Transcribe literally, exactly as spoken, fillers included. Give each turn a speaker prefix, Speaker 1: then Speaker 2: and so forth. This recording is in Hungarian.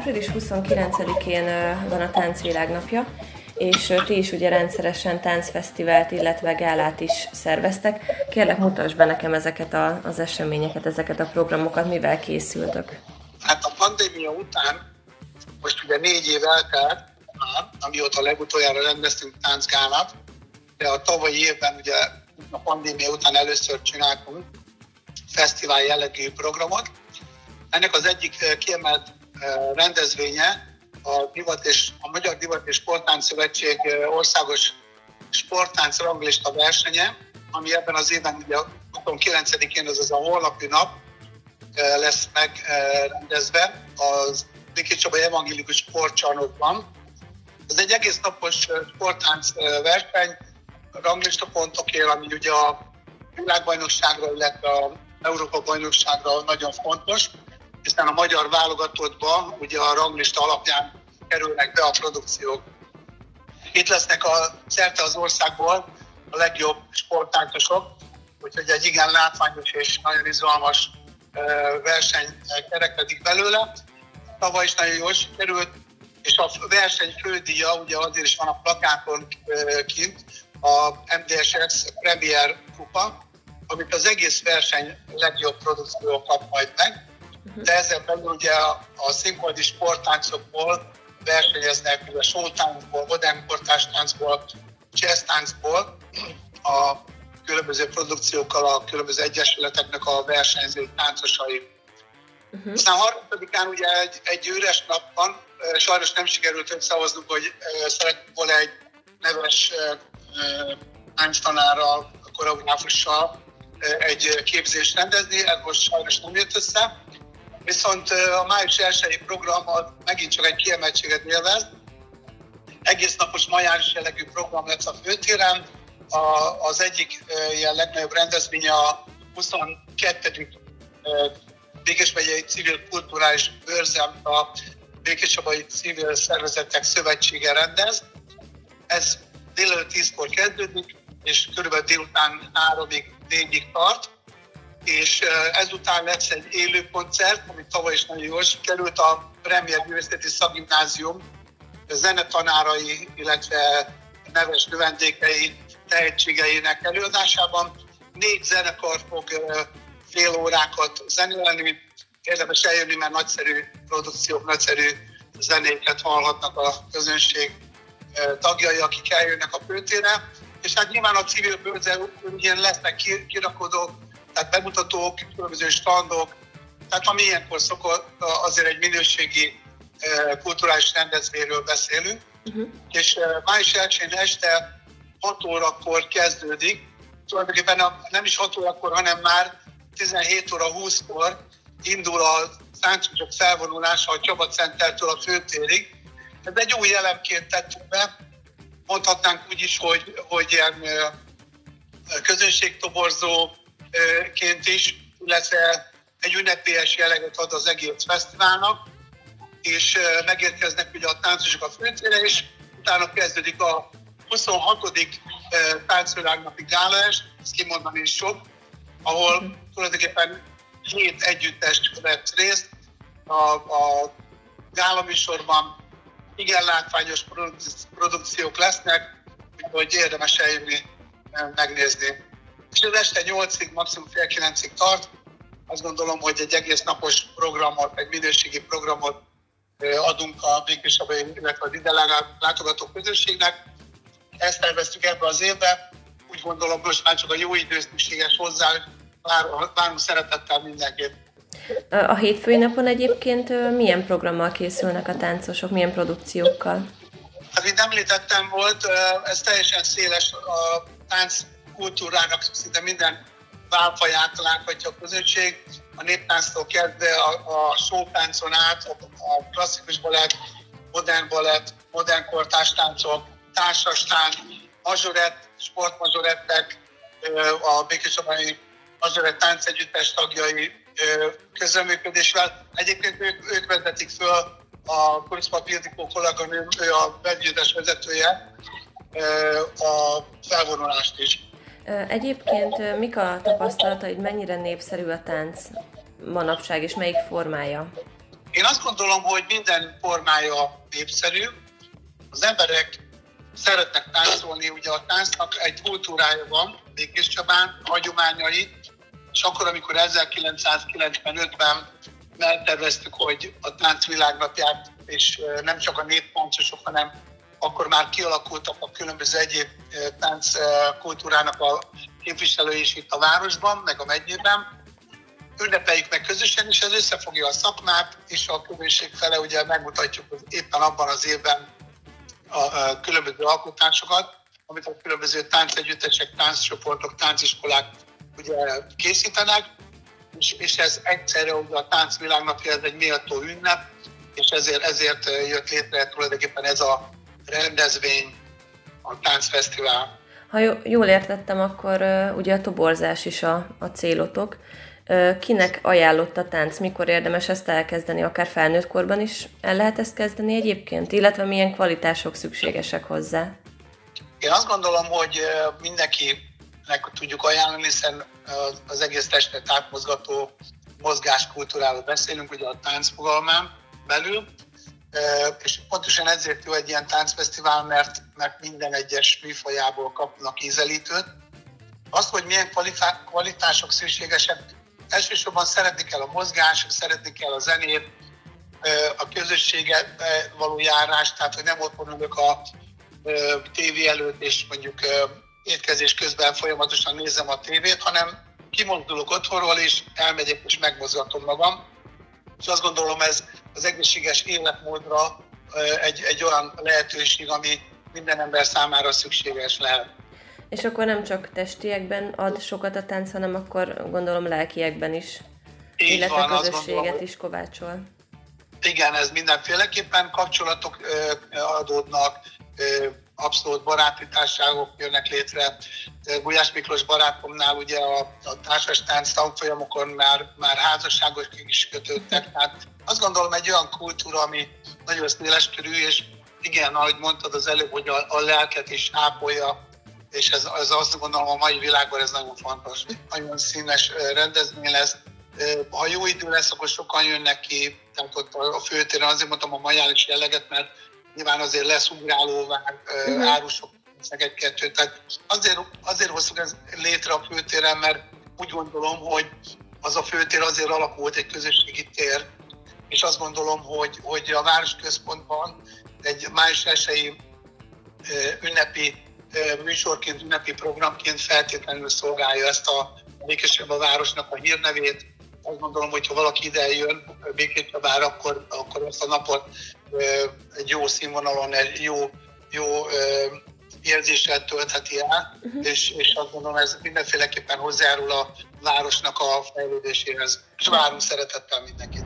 Speaker 1: április huszonkilencedikén van a Táncvilágnapja, és ti is ugye rendszeresen táncfesztivált, illetve gálát is szerveztek. Kérlek, mutasd be nekem ezeket a, az eseményeket, ezeket a programokat, mivel készültök.
Speaker 2: Hát a pandémia után most ugye négy év eltelt már, amióta legutoljára rendeztünk táncgálát, de a tavalyi évben ugye a pandémia után először csináltunk fesztivál jellegű programot. Ennek az egyik kiemelt rendezvénye a, divat és, a Magyar Divat és Sporttánc Szövetség országos sporttánc ranglista versenye, ami ebben az évben ugye huszonkilencedikén, azaz a holnapi nap lesz megrendezve az Békés Csabai Evangélikus Sportcsarnokban. Ez egy egész napos sporttánc verseny, ranglista pontokért, ami ugye a világbajnokságra, illetve a Európa-bajnokságra nagyon fontos, hiszen a magyar válogatottba ugye a ranglista alapján kerülnek be a produkciók. Itt lesznek a szerte az országból a legjobb sporttáncosok, úgyhogy egy igen látványos és nagyon izgalmas verseny kerekedik belőle. Tavaly is nagyon jól sikerült, és a verseny fődíja, ugye azért is van a plakáton kint, a em dé es es Premier Kupa, amit az egész verseny legjobb produkció kap majd meg, de ezen belül ugye a, a színpadi sporttáncokból versenyeznek, ugye a showtáncból, modern kortárs táncból, jazz táncból a különböző produkciókkal, a különböző egyesületeknek a versenyző táncosai. Uh-huh. Aztán harmadikán ugye egy, egy üres nap van, sajnos nem sikerült összehoznunk, hogy szeretnénk volna egy neves tánctanárral, koreográfussal egy képzést rendezni, ez most sajnos nem jött össze. Viszont a május elsői program megint csak egy kiemeltséget élvez. Egész napos majáris jellegű program lesz a főtéren. A, az egyik ilyen legnagyobb rendezvénye a huszonkettedik Békés megyei civil kulturális bőrze, amit a Békés Csabai Civil Szervezetek Szövetsége rendez. Ez délelőtt tízkor kezdődik, és körülbelül délután háromig, négyig tart. És ezután lesz egy élő koncert, ami tavaly is nagyon jól sikerült, a Premier Művészeti Szakgimnázium zenetanárai, illetve neves növendékei, tehetségeinek előadásában. Négy zenekar fog fél órákat zenélni, érdemes eljönni, mert nagyszerű produkciók, nagyszerű zenéket hallhatnak a közönség tagjai, akik eljönnek a főtérre. És hát nyilván a civil bőrze ugyan lesznek kirakodók, tehát bemutatók, különböző standok, tehát ami ilyenkor szokott, azért egy minőségi kulturális rendezvényről beszélünk. Uh-huh. És május elsején este hat órakor kezdődik, tulajdonképpen nem is hat órakor, hanem már tizenhét óra húszkor indul a táncosok felvonulása a Csaba Centertől a főtérig. Ez egy új elemként tettünk be, mondhatnánk úgy is, hogy, hogy ilyen közönségtoborzóként is, illetve egy ünnepélyes jelleget ad az egész fesztiválnak, és megérkeznek ugye a táncosok a főtérre, és utána kezdődik a huszonhatodik Táncvilágnapi gálaest, ezt kimondani is sok, ahol tulajdonképpen hét együttes vett részt a, a gálaműsorban. Igen látványos produkciók lesznek, úgyhogy érdemes eljönni, megnézni. És az este nyolcig, maximum fél kilencig tart. Azt gondolom, hogy egy egész napos programot, egy minőségi programot adunk a Békés Csabai, illetve az ide látogató közösségnek. Ezt terveztük ebbe az évbe. Úgy gondolom, most már csak a jó időszűséges hozzá, várunk szeretettel mindenkit.
Speaker 1: A hétfői napon egyébként milyen programmal készülnek a táncosok, milyen produkciókkal?
Speaker 2: Hát, mint említettem volt, ez teljesen széles, a tánc kultúrának szinte minden válfaját láthatja a közönség. A néptánctól kezdve a, a showtáncon át, a klasszikus balett, modern balett, modern kortárs táncok, társas tánc, mazsorett, sportmazsorettek, a Békés Csabai Mazsorett táncegyüttes tagjai közreműködésvel. Egyébként ők, ők vezetik föl a Kurucpa Pildikó kolléganőm, ő a együttes vezetője, a felvonulást is.
Speaker 1: Egyébként mik a tapasztalataid, mennyire népszerű a tánc manapság, és melyik formája?
Speaker 2: Én azt gondolom, hogy minden formája népszerű. Az emberek szeretnek táncolni, ugye a táncnak egy kultúrája van, Békéscsabán, hagyományai, és akkor, amikor ezerkilencszázkilencvenötben elterveztük, hogy a tánc világnapját, és nem csak a néptáncosok, hanem akkor már kialakultak a különböző egyéb tánckultúrának a képviselői is itt a városban, meg a megyében. Ünnepeljük meg közösen, és ez összefogja a szakmát, és a közönség fele ugye megmutatjuk éppen abban az évben a különböző alkotásokat, amit a különböző táncegyüttesek, tánccsoportok, tánciskolák ugye készítenek, és, és ez egyszerre ugye a tánc világnapja, ez egy méltó ünnep, és ezért, ezért jött létre tulajdonképpen ez a rendezvény, a táncfesztivál.
Speaker 1: Ha jól értettem, akkor uh, ugye a toborzás is a, a célotok. Uh, kinek ajánlott a tánc? Mikor érdemes ezt elkezdeni? Akár felnőtt korban is el lehet ezt kezdeni egyébként? Illetve milyen kvalitások szükségesek hozzá?
Speaker 2: Én azt gondolom, hogy mindenkinek tudjuk ajánlani, hiszen az egész testet átmozgató mozgáskultúráról beszélünk, ugye a tánc fogalmán belül. És pontosan ezért jó egy ilyen táncfesztivál, mert, mert minden egyes műfajából kapnak ízelítőt. Azt, hogy milyen kvalitások szükségesek, elsősorban szeretni kell a mozgás, szeretni kell a zenét, a közösséget való járás, tehát hogy nem ott ülök a tévé előtt, és mondjuk étkezés közben folyamatosan nézem a tévét, hanem kimozdulok otthonról, és elmegyek, és megmozgatom magam. És azt gondolom, ez az egészséges életmódra egy, egy olyan lehetőség, ami minden ember számára szükséges lehet.
Speaker 1: És akkor nem csak testiekben ad sokat a tánc, hanem akkor gondolom lelkiekben is, így illetve van, közösséget gondolom, is kovácsol.
Speaker 2: Igen, ez mindenféleképpen kapcsolatok adódnak, abszolút baráti társaságok jönnek létre. Gulyás Miklós barátomnál ugye a, a társas tánc tanfolyamokon már, már házasságok is kötődtek. Tehát azt gondolom egy olyan kultúra, ami nagyon széleskörű, és igen, ahogy mondtad az előbb, hogy a, a lelket is ápolja, és ez, ez azt gondolom a mai világban ez nagyon fontos. Nagyon színes rendezvény lesz. Ha jó idő lesz, akkor sokan jönnek ki, tehát ott a főtéren, azért mondtam a majális jelleget, mert nyilván azért lesz ugrálóvár, uh-huh. árusok, egy-kettő. Tehát azért, azért hoztuk ez létre a főtéren, mert úgy gondolom, hogy az a főtér azért alakult egy közösségi tér, és azt gondolom, hogy, hogy a városközpontban egy május elsői ünnepi műsorként, ünnepi programként feltétlenül szolgálja ezt a Békéscsaba városnak a hírnevét. Azt gondolom, hogy ha valaki ide jön Békéscsabára, akkor, akkor ezt a napot egy jó színvonalon, egy jó, jó érzéssel töltheti el, uh-huh. és, és azt gondolom, ez mindenféleképpen hozzájárul a városnak a fejlődéséhez. És várunk szeretettel mindenkit.